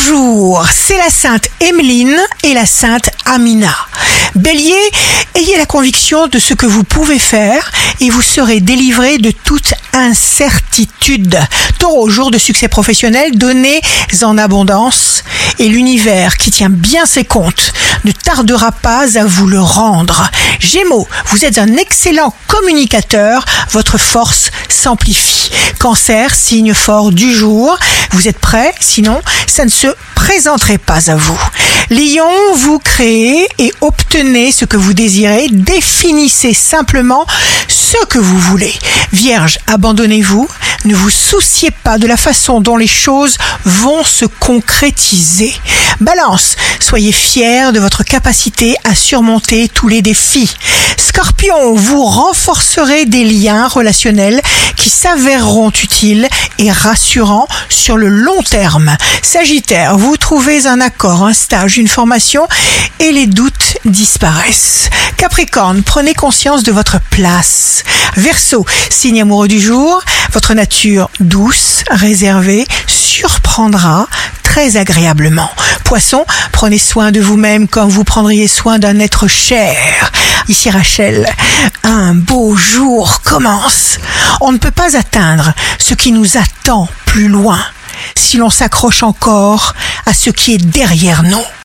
Bonjour, c'est la sainte Emmeline et la sainte Amina. Bélier, ayez la conviction de ce que vous pouvez faire et vous serez délivré de toute incertitude. Taureau, jour de succès professionnel, donnez en abondance et l'univers qui tient bien ses comptes ne tardera pas à vous le rendre. Gémeaux, vous êtes un excellent communicateur, votre force s'amplifie. Cancer, signe fort du jour, vous êtes prêt, sinon ça ne se présenterait pas à vous. Lion, vous créez et obtenez ce que vous désirez, définissez simplement ce que vous voulez. Vierge, abandonnez-vous, ne vous souciez pas de la façon dont les choses vont se concrétiser. Balance, soyez fiers de votre capacité à surmonter tous les défis. Scorpion, vous renforcerez des liens relationnels qui s'avéreront utiles et rassurants sur le long terme. Sagittaire, vous trouvez un accord, un stage, une formation et les doutes disparaissent. Capricorne, prenez conscience de votre place. Verseau, signe amoureux du jour, votre nature douce, réservée, surprendra très agréablement. Poisson, prenez soin de vous-même comme vous prendriez soin d'un être cher. Ici Rachel, un beau jour commence. On ne peut pas atteindre ce qui nous attend plus loin si l'on s'accroche encore à ce qui est derrière nous.